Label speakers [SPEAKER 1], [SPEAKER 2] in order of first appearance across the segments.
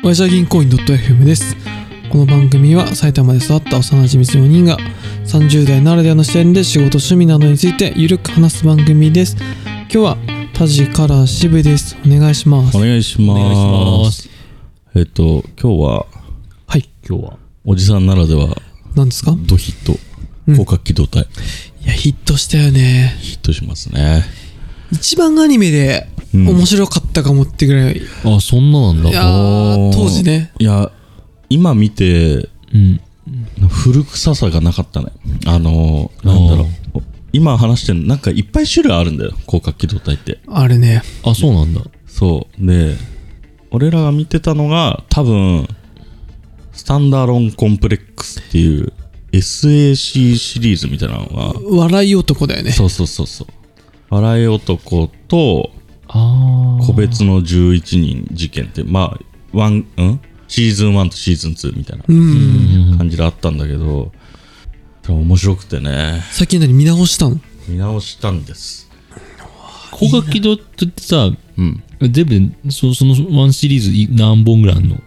[SPEAKER 1] 親父は銀行員 .fm です。この番組は埼玉で育った幼馴染4人が30代ならではの視点で仕事趣味などについてゆるく話す番組です。今日は田地から渋です。お願いします。
[SPEAKER 2] お願いします。今日はおじさんならでは
[SPEAKER 1] 何ですか？
[SPEAKER 2] ドヒット広角機動隊、
[SPEAKER 1] いやヒットしたよね。
[SPEAKER 2] ヒットしますね。
[SPEAKER 1] 一番アニメで面白かったかもってぐらい、
[SPEAKER 3] あ、そんななんだ。
[SPEAKER 1] いや当時ね。
[SPEAKER 2] いや今見て、古臭さがなかったね。なんだろう、今話してるなんかいっぱい種類あるんだよ、広角機動隊って。
[SPEAKER 1] あれね。
[SPEAKER 3] あ、そうなんだ。
[SPEAKER 2] そうで、俺らが見てたのが多分スタンダーロンコンプレックスっていう SAC シリーズみたいなのが、
[SPEAKER 1] 笑い男だよね。
[SPEAKER 2] そう笑い男と個別の11人事件って、まあシーズン1とシーズン2みたいな感じであったんだけど、面白くてね。
[SPEAKER 1] 最近見直したの？
[SPEAKER 2] 見直したんです。
[SPEAKER 3] 広角機動隊ってさ、全部その1シリーズ何本ぐらいあるの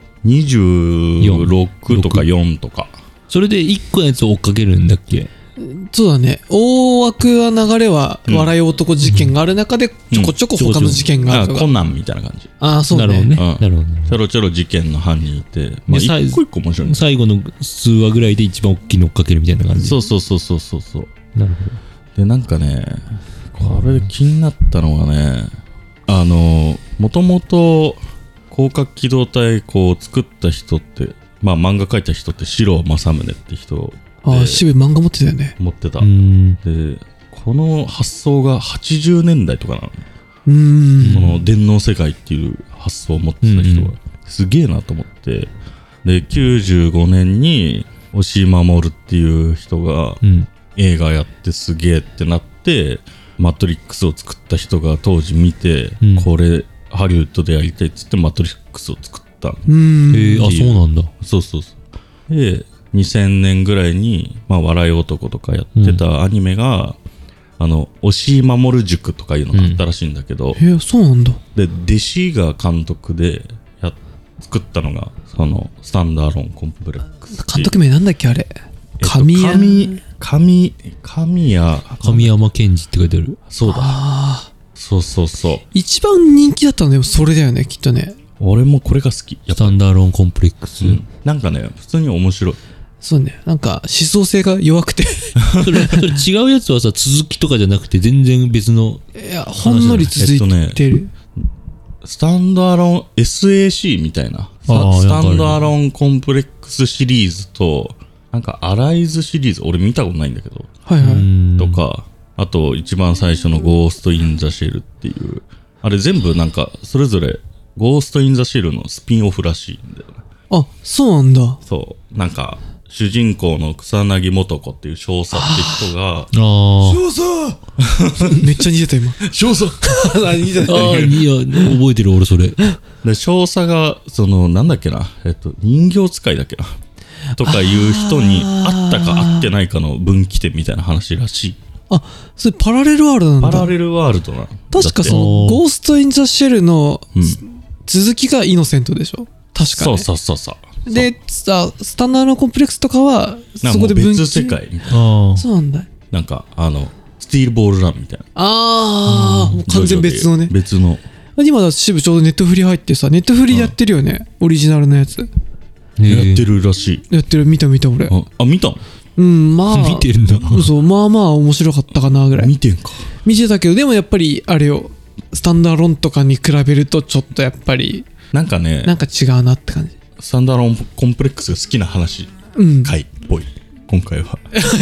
[SPEAKER 2] ？26とか4とか。
[SPEAKER 3] それで1個のやつを追っかけるんだっけ？
[SPEAKER 1] そうだね。大枠は流れは笑い男事件がある中でちょこちょこ他の事件があるとか、
[SPEAKER 2] コナンみたいな感じ。
[SPEAKER 1] ああ、そうね。
[SPEAKER 3] なるほどね。なるほど。
[SPEAKER 2] ちょろちょろ事件の犯人いて、まあ、一個一個面白い、ね。
[SPEAKER 3] 最後の数話ぐらいで一番大きいの追っかけるみたいな感じ。
[SPEAKER 2] そう。
[SPEAKER 3] なるほど。
[SPEAKER 2] で、なんかね、これで気になったのがね、もともと広角機動隊こう作った人って、まあ漫画描いた人って四郎正宗って人。
[SPEAKER 1] ああ、渋い漫画持ってたよね。
[SPEAKER 2] 持ってた。で、この発想が80年代とかなの。この電脳世界っていう発想を持ってた人がすげえなと思って、で95年に押井守っていう人が映画やってすげえってなって、マトリックスを作った人が当時見て、これハリウッドでやりたいっつってマトリックスを作ったの。
[SPEAKER 3] あ、そうなんだ。
[SPEAKER 2] そうで2000年ぐらいに、まあ、笑い男とかやってたアニメが、押井守塾とかいうのがあったらしいんだけど、
[SPEAKER 1] そうなんだ。
[SPEAKER 2] で弟子が監督で作ったのがそのスタンダーロンコンプレックス。
[SPEAKER 1] 監督名なんだっけあれ？
[SPEAKER 2] 神
[SPEAKER 3] 山健二って書いてある。
[SPEAKER 2] そうだ。そう。
[SPEAKER 1] 一番人気だったのでもそれだよね、きっとね。
[SPEAKER 2] 俺もこれが好き。
[SPEAKER 3] スタンダーロンコンプレックス、
[SPEAKER 2] なんかね、普通に面白い。
[SPEAKER 1] そうね、なんか思想性が弱くて
[SPEAKER 3] それ違うやつはさ、続きとかじゃなくて全然別の。
[SPEAKER 1] いや、ほんのり続いてる。
[SPEAKER 2] スタンダーロン SAC みたいな、スタンダーロンコンプレックスシリーズと、なんかアライズシリーズ、俺見たことないんだけど、とか、あと一番最初のゴーストインザシェルっていう、あれ全部なんかそれぞれゴーストインザシェルのスピンオフらしいんだよね。
[SPEAKER 1] あ、そうなんだ。
[SPEAKER 2] そう、なんか主人公の草薙素子っていう少佐って人が、
[SPEAKER 1] 少佐めっちゃ似てた今。
[SPEAKER 2] 少佐
[SPEAKER 3] いや覚えてる俺それ。
[SPEAKER 2] で少佐がそのなんだっけな、人形使いだっけなとかいう人に会ったか会ってないかの分岐点みたいな話らしい。
[SPEAKER 1] あ、それパラレルワールドなんだ。
[SPEAKER 2] パラレルワールドな。
[SPEAKER 1] 確かそのゴーストインザシェルの続きがイノセントでしょ。確かね。
[SPEAKER 2] そう
[SPEAKER 1] でスタンダードコンプレックスとかはそこで分岐。
[SPEAKER 2] 別世界みたい
[SPEAKER 1] な。そうなんだ。
[SPEAKER 2] なんかスティールボールランみたいな。
[SPEAKER 1] もう完全別のね。
[SPEAKER 2] 別の。
[SPEAKER 1] 今だ渋ちょうどネットフリ入ってさ、ネットフリやってるよね、オリジナルのやつ。
[SPEAKER 2] やってるらしい。
[SPEAKER 1] やってる。見た俺。
[SPEAKER 2] 見たの？
[SPEAKER 1] まあ
[SPEAKER 3] 見てるんだ。
[SPEAKER 1] そう、まあ面白かったかなぐらい。
[SPEAKER 2] 見てんか。
[SPEAKER 1] 見てたけど、でもやっぱりあれよ、スタンダーロンとかに比べるとちょっとやっぱり
[SPEAKER 2] なんかね、
[SPEAKER 1] なんか違うなって感じ。
[SPEAKER 2] スタンダーロンコンプレックスが好きな話回っぽい、今回は。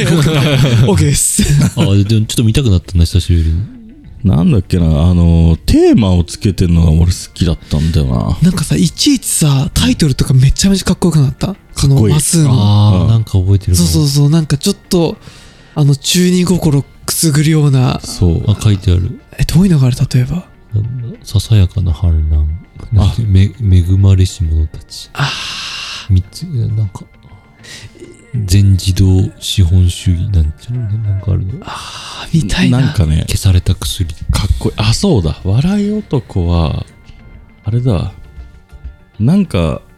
[SPEAKER 1] OK です。
[SPEAKER 3] でもちょっと見たくなったな、久しぶりに。
[SPEAKER 2] なんだっけな、テーマをつけてるのが俺好きだったんだよな。
[SPEAKER 1] なんかさ、いちいちさ、タイトルとかめちゃめちゃかっこよくなった。そのマスの。
[SPEAKER 3] なんか覚えてる。
[SPEAKER 1] そう、なんかちょっと中二心くすぐるような。
[SPEAKER 3] そう。書いてある。
[SPEAKER 1] どういうのがある？例えば。
[SPEAKER 3] ささやかな反乱。恵まれし者たち。3つ、なんか全自動資本主義なんちゃうね、なんかあるの。
[SPEAKER 1] みたいな。
[SPEAKER 2] なんかね、
[SPEAKER 3] 消された薬。
[SPEAKER 2] かっこいい。そうだ、笑い男はあれだ、なんか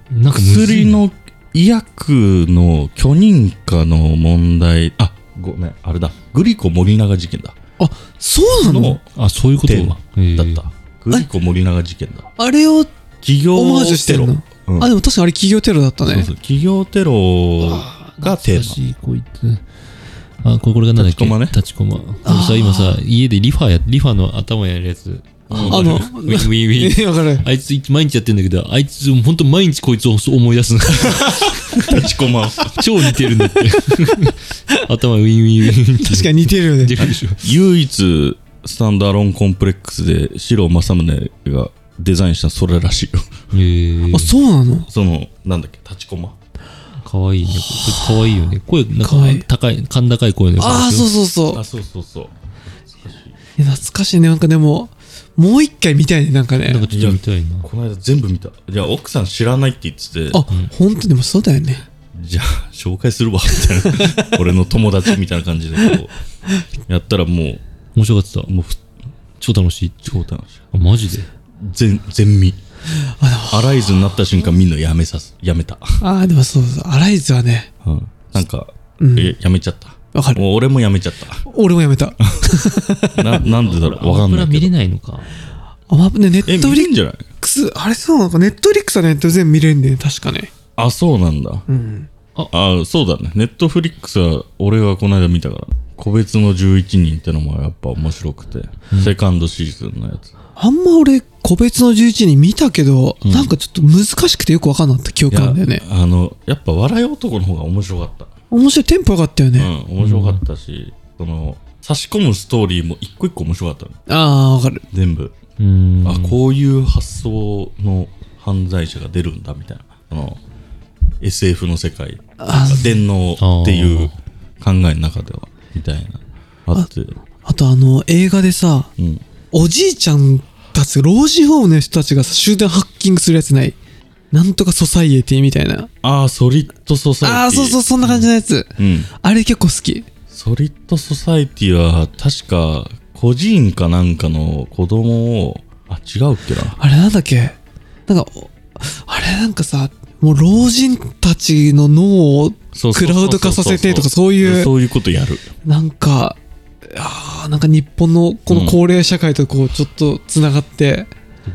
[SPEAKER 3] なんかむずい
[SPEAKER 2] 薬の医薬の許認可の問題、あ、ごめん、あれだ、グリコ森永事件だ。
[SPEAKER 1] あ、そうなの？
[SPEAKER 3] あ、そういうこと
[SPEAKER 2] テーマだった。グリコ森永事件だ。
[SPEAKER 1] あれを
[SPEAKER 2] 企業
[SPEAKER 1] オマージュしてんの？
[SPEAKER 2] うん、
[SPEAKER 1] あ、でも確かあれ企業テロだったね。
[SPEAKER 2] そうそう、企業テロがテーマ。
[SPEAKER 3] こいつ。あ、これがなんだっけ？立ちコマ。今さ、家でリファの頭やるやつ。
[SPEAKER 1] ウィンウィン。わかる。
[SPEAKER 3] あいつ毎日やってんだけど、あいつほんと毎日こいつを思い出すの。
[SPEAKER 2] 立ちコマ。
[SPEAKER 3] 超似てるんだって。頭ウィンウィンウィン。
[SPEAKER 1] 確かに似てるよね。
[SPEAKER 2] 唯一スタンドアローンコンプレックスで四郎正宗がデザインしたそれらしいよ。
[SPEAKER 1] あ、そうなの？
[SPEAKER 2] その、なんだっけ、立ちコマ。
[SPEAKER 3] かわいいね。かわいいよね。声、なんか高い、甲高い声で。
[SPEAKER 1] ああ、そうそうそう。
[SPEAKER 2] あ、そうそうそう。
[SPEAKER 1] 懐かしいね。なんかでも、もう一回見たいね、なんかね。
[SPEAKER 3] なんかちょっと見たいな。
[SPEAKER 2] この間全部見た。じゃあ奥さん知らないって言ってて。
[SPEAKER 1] あ、ほんとでもそうだよね。
[SPEAKER 2] じゃあ紹介するわみたいな。俺の友達みたいな感じでこうやったらもう
[SPEAKER 3] 面白かった。
[SPEAKER 2] もう
[SPEAKER 3] 超楽しい。
[SPEAKER 2] 超楽しい。
[SPEAKER 3] あ、マジで？
[SPEAKER 2] 全見。アライズになった瞬間みんなやめた。
[SPEAKER 1] ああ、でもそうそう。アライズはね。
[SPEAKER 2] うん。なんか、やめちゃった。
[SPEAKER 1] わかる。
[SPEAKER 2] もう俺もやめちゃった。
[SPEAKER 1] 俺もやめた。
[SPEAKER 2] なんでだろう、わかんないけど。
[SPEAKER 3] 見れないのか。
[SPEAKER 1] ね、ネットフリ
[SPEAKER 2] ッ
[SPEAKER 1] クス、あれそうなのか、ネットフリックスはね、全部見れるんだよね、確かね。
[SPEAKER 2] あ、そうなんだ。
[SPEAKER 1] うん。
[SPEAKER 2] あ、そうだね。ネットフリックスは俺がこの間見たから。個別の11人ってのもやっぱ面白くて。セカンドシーズンのやつ。
[SPEAKER 1] あんま俺、個別の11人見たけど、なんかちょっと難しくてよくわかんなかった記憶なんだよね。
[SPEAKER 2] やっぱ笑い男の方が面白かった。
[SPEAKER 1] 面白い、テンポよかったよね。
[SPEAKER 2] うん、面白かったし、差し込むストーリーも一個一個面白かった。
[SPEAKER 1] ああ、わかる。
[SPEAKER 2] 全部。あ、こういう発想の犯罪者が出るんだみたいな。SF の世界。電脳っていう考えの中では、みたいな。
[SPEAKER 1] あと映画でさ、おじいちゃんたち、老人ホームの人たちが集団ハッキングするやつない？なんとかソサイエティみたいな。
[SPEAKER 2] ああ、ソリッドソサイエティ。
[SPEAKER 1] ああ、そうそう、そんな感じのやつ。あれ結構好き。
[SPEAKER 2] ソリッドソサイティは確か孤児院かなんかの子供を、あ、違うっけな。
[SPEAKER 1] あれなんだっけ、なんか、あれなんかさ、もう老人たちの脳をクラウド化させてとかそういう
[SPEAKER 2] ことやる。
[SPEAKER 1] なんか、なんか日本のこの高齢社会とこうちょっとつながって。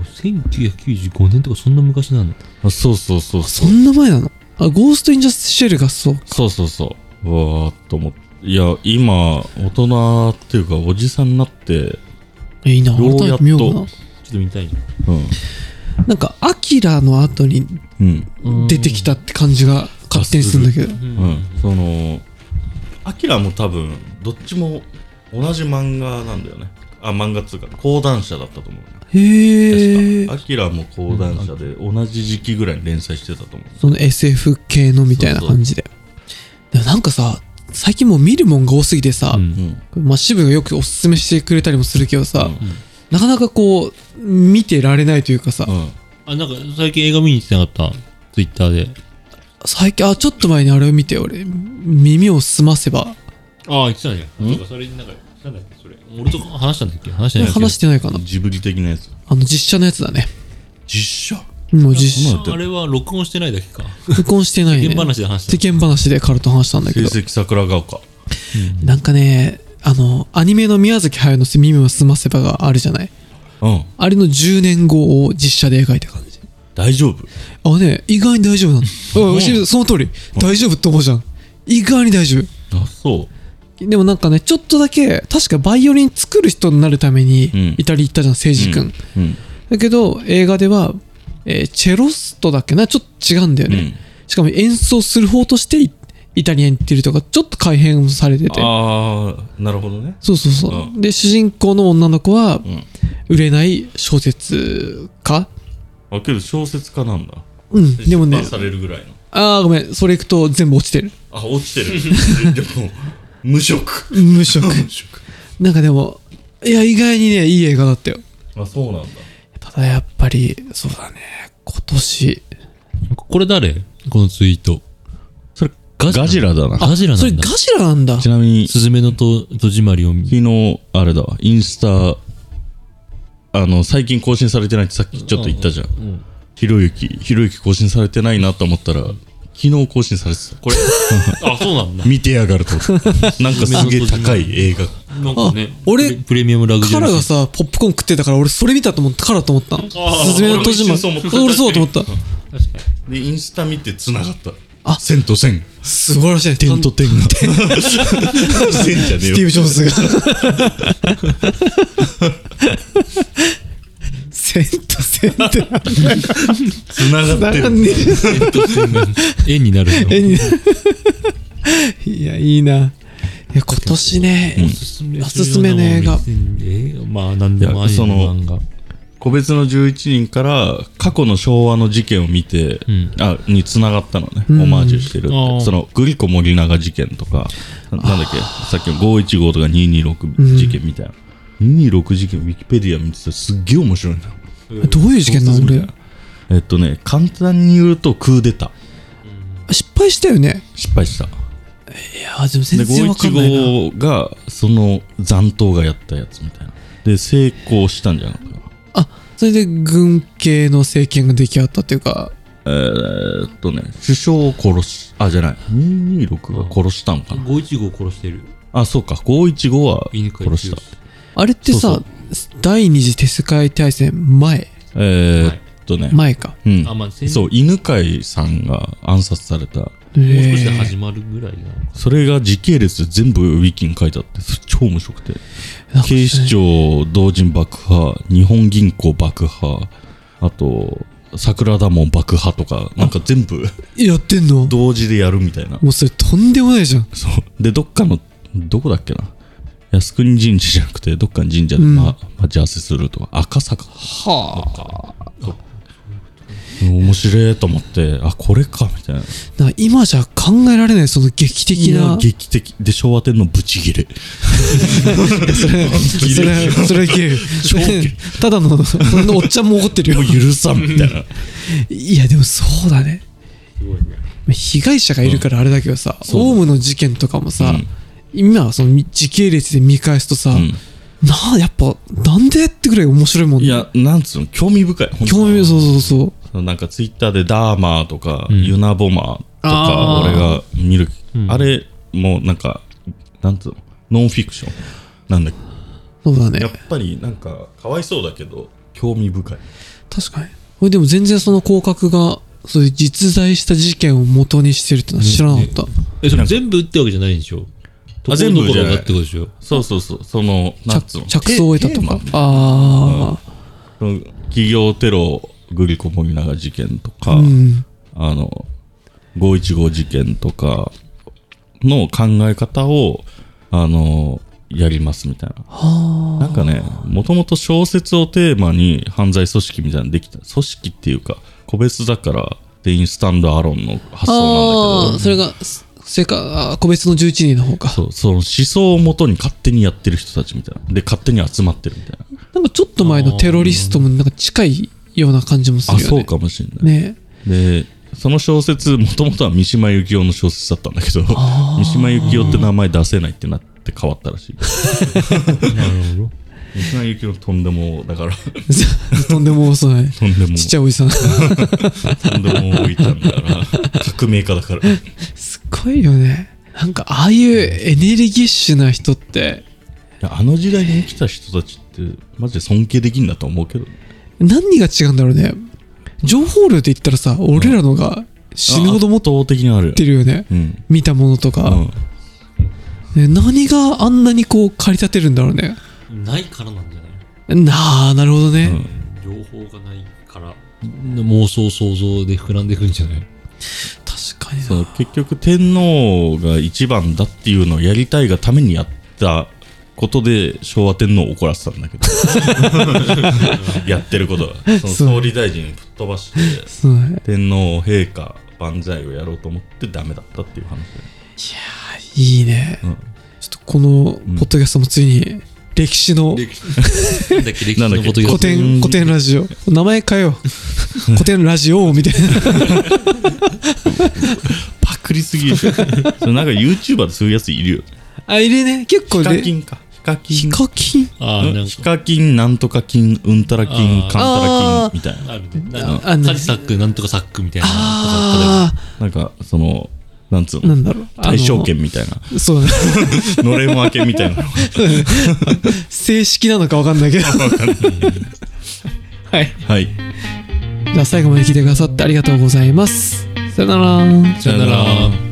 [SPEAKER 3] 1995年とかそんな昔なの？
[SPEAKER 2] あ、そうそうそう。
[SPEAKER 1] そんな前なの？あ、ゴーストインジャスシェルがそう。
[SPEAKER 2] そうそうそう。うわーっと思って。いや、今、大人っていうかおじさんになって、
[SPEAKER 1] いいな、
[SPEAKER 2] ようやっと。
[SPEAKER 3] ちょっと見たいな。
[SPEAKER 1] なんか、アキラの後に出てきたって感じが勝手にするんだけど。
[SPEAKER 2] アキラも多分、どっちも同じ漫画なんだよね。あ、漫画っつうか、講談社だったと思う。
[SPEAKER 1] へー。
[SPEAKER 2] アキラも講談社で同じ時期ぐらいに連載してたと思う。
[SPEAKER 1] その SF 系のみたいな感じで。でもなんかさ、最近もう見るもんが多すぎてさ、まあ渋がよくおすすめしてくれたりもするけどさ、なかなかこう見てられないというかさ、
[SPEAKER 3] あ、なんか最近映画見に行ってなかった？ツイッターで。
[SPEAKER 1] 最近、ちょっと前にあれを見て、俺、耳をすませば。
[SPEAKER 3] 言ってたね。それになんだっけ、それ。俺と話したんだっけ？話
[SPEAKER 1] してないかな。
[SPEAKER 2] ジブリ的なやつ。
[SPEAKER 1] 実写のやつだね。
[SPEAKER 2] 実写？
[SPEAKER 1] もう実写。
[SPEAKER 3] あれは録音してないだけか。
[SPEAKER 1] 録音してないね。
[SPEAKER 3] 世間話で話した。
[SPEAKER 1] 世間話で彼と話したんだけど。
[SPEAKER 2] 成績桜ヶ丘。
[SPEAKER 1] なんかね、アニメの宮崎駿の耳をすませばがあるじゃない。あれの10年後を実写で描いた感じ。
[SPEAKER 2] 大丈夫？
[SPEAKER 1] 意外に大丈夫なの。その通り。大丈夫って思うじゃん。意外に大丈夫。
[SPEAKER 2] あ、そう。
[SPEAKER 1] でもなんかね、ちょっとだけ、確かバイオリン作る人になるために、イタリア行ったじゃん、聖司君。だけど、映画では、チェロストだっけな、ちょっと違うんだよね。しかも演奏する方として、イタリアに行ってるとか、ちょっと改変されてて。
[SPEAKER 2] ああ、なるほどね。
[SPEAKER 1] そうそうそう。で、主人公の女の子は、売れない小説家。
[SPEAKER 2] あ、けど小説家なんだ。
[SPEAKER 1] でもね。
[SPEAKER 2] 出版されるぐらいの。
[SPEAKER 1] ごめん。それ行くと全部落ちてる。
[SPEAKER 2] あ、落ちてる。でも、無色。
[SPEAKER 1] なんかでも、いや、意外にね、いい映画だったよ。
[SPEAKER 2] あ、そうなんだ。
[SPEAKER 1] ただやっぱり、そうだね。今年。
[SPEAKER 3] これ誰？このツイート。
[SPEAKER 2] それ、ガジラだな。
[SPEAKER 3] ガジラなんだ。
[SPEAKER 1] それガジラなんだ。
[SPEAKER 2] ちなみに、
[SPEAKER 3] すずめの戸締まりを
[SPEAKER 2] 昨日、あれだわ、インスタ、最近更新されてないってさっきちょっと言ったじゃん。 ひろゆき更新されてないなと思ったら、昨日更新されてた。
[SPEAKER 3] これあ、そうなんだ。
[SPEAKER 2] 見てやがると。なんかすげえ高い映画。
[SPEAKER 3] なんかね、
[SPEAKER 1] 俺
[SPEAKER 3] プレミアムラグジュアリー。
[SPEAKER 1] カラがさ、ポップコーン食ってたから、俺それ見たと思ったからと思ったの。すずめの戸締まり。俺そうと思った。
[SPEAKER 3] 確か
[SPEAKER 2] で、インスタ見て繋がった。
[SPEAKER 1] あ、
[SPEAKER 2] 線と線。
[SPEAKER 1] 素晴らしい。
[SPEAKER 2] 点と点が。線じゃねえよ。
[SPEAKER 1] スティーブ・ジョブズが。線と線って
[SPEAKER 2] 繋がってる。
[SPEAKER 1] ね
[SPEAKER 3] 絵になるの。
[SPEAKER 1] 絵になる。いや、いいな。いや、今年ね、おすすめの映画。
[SPEAKER 3] まあ、なんでもありの漫画。
[SPEAKER 2] 個別の11人から過去の昭和の事件を見て、に繋がったのね、オマージュしてるって。そのグリコ森永事件とか、なんだっけ、さっきの515とか226事件みたいな。226事件ウィキペディア見てたらすっげえ面白いな。
[SPEAKER 1] どういう事件なの俺。
[SPEAKER 2] 簡単に言うとクーデター。
[SPEAKER 1] 失敗したよね。
[SPEAKER 2] 失敗した。
[SPEAKER 1] いや、でも全然わかんないな。
[SPEAKER 2] 515がその残党がやったやつみたいな。で、成功したんじゃないかな。
[SPEAKER 1] あ、それで軍系の政権が出来上がったっていうか。
[SPEAKER 2] 首相を殺し、じゃない。226が殺したのかな。
[SPEAKER 3] 515殺してる。
[SPEAKER 2] あ、そうか。515は殺した。
[SPEAKER 1] あれってさ、第二次世界大戦前。前か。
[SPEAKER 2] うん。そう、犬飼さんが暗殺された。もう
[SPEAKER 3] 少しで始まるぐらいなのかな。
[SPEAKER 2] それが時系列で全部ウィキに書いてあって、超面白くて。警視庁同人爆破、日本銀行爆破、あと、桜田門爆破とか、なんか全部
[SPEAKER 1] やってんの
[SPEAKER 2] 同時でやるみたいな。
[SPEAKER 1] もうそれとんでもないじゃん。
[SPEAKER 2] そう。で、どこだっけな。靖国神社じゃなくて、どっかの神社で待ち合わせするとか、赤坂。
[SPEAKER 1] はあ。
[SPEAKER 2] 面白いと思って、これか、みたいな。
[SPEAKER 1] だから今じゃ考えられない、その劇的な。
[SPEAKER 2] 劇的。で、昭和天皇ブチギレ。
[SPEAKER 1] それただの、おっちゃんも怒ってるよ。
[SPEAKER 2] もう許さん、みたいな。
[SPEAKER 1] いや、でもそうだね。すごいね。被害者がいるからあれだけどさ、オウムの事件とかもさ、今はその時系列で見返すとさ、やっぱなんでってぐらい面白いもんね。
[SPEAKER 2] いや、なんつうの、興味深い。
[SPEAKER 1] 興味深い、そう。
[SPEAKER 2] なんかツイッターでダーマーとか、ユナボマーとか、俺が見る、あれもなんか、なんつうの、ノンフィクションなんだけ
[SPEAKER 1] ど。そうだね。
[SPEAKER 2] やっぱりなんか、かわいそうだけど、興味深い。
[SPEAKER 1] 確かに。これでも全然その広角が、そういう実在した事件を元にしてるってのは知らなかった。
[SPEAKER 3] それ全部ってわけじゃないんでしょ。
[SPEAKER 2] 全部じゃない
[SPEAKER 3] ってことでしょ。
[SPEAKER 2] そう。その、なんつうの。
[SPEAKER 1] 着想を得たとか。
[SPEAKER 2] 企業テロ、グリコ森永事件とか、515事件とかの考え方を、やりますみたいな。なんかね、もともと小説をテーマに犯罪組織みたいなのできた。組織っていうか、個別だから、全員スタンドアロンの発想なんだけど。
[SPEAKER 1] それが、個別の11人の方か。
[SPEAKER 2] その思想をもとに勝手にやってる人たちみたいな。で、勝手に集まってるみたいな。
[SPEAKER 1] なんかちょっと前のテロリストもなんか近いような感じもするよね。
[SPEAKER 2] そうかもしれない。
[SPEAKER 1] ね。
[SPEAKER 2] で、その小説、もともとは三島由紀夫の小説だったんだけど、三島由紀夫って名前出せないってなって変わったらしい。なるほど。三島由紀夫とんでもだから。
[SPEAKER 1] とんでも遅い。
[SPEAKER 2] とんでも。
[SPEAKER 1] ちっちゃいおじさん。
[SPEAKER 2] とんでもおいちゃんだから。革命家だから。
[SPEAKER 1] すごいよね。なんかああいうエネルギッシュな人って。
[SPEAKER 2] いや、あの時代に生きた人たちって、マジで尊敬できんだと思うけど。
[SPEAKER 1] 何が違うんだろうね。情報量で言ったらさ、俺らのが死ぬほど持ってるよね。見たものとか。何があんなにこう駆り立てるんだろうね。
[SPEAKER 3] ないからなんじゃない？
[SPEAKER 1] なるほどね。
[SPEAKER 3] 情報がないから妄想想像で膨らんでいくんじゃない？
[SPEAKER 1] 確かに。
[SPEAKER 2] そう、結局天皇が一番だっていうのをやりたいがためにやったことで昭和天皇を怒らせたんだけどやってることはその総理大臣にぶっ飛ばして天皇陛下万歳をやろうと思ってダメだったっていう話で。
[SPEAKER 1] いやー、いいね。ちょっとこのポッドキャストもついに歴史の古典ラジオ名前変えよう古典ラジオみたいな
[SPEAKER 2] パクりすぎるなんか YouTuber でそういうやついるよ。
[SPEAKER 1] いるね。結構
[SPEAKER 2] ヒカキンか。ヒカキン
[SPEAKER 1] ヒカキン
[SPEAKER 2] ヒカキンなんとか金うんたら金かんたら金みたいな。
[SPEAKER 3] あるね。カジサックなんとかサックみたいな。
[SPEAKER 2] なんかそのなんつうの、
[SPEAKER 1] なんだろう、
[SPEAKER 2] 対象権みたいな、
[SPEAKER 1] そうだね
[SPEAKER 2] のれん分けみたいな
[SPEAKER 1] 正式なのか分かんないけどはい
[SPEAKER 2] はい。
[SPEAKER 1] じゃあ最後まで聞いてくださってありがとうございます。さよなら。
[SPEAKER 3] さよなら。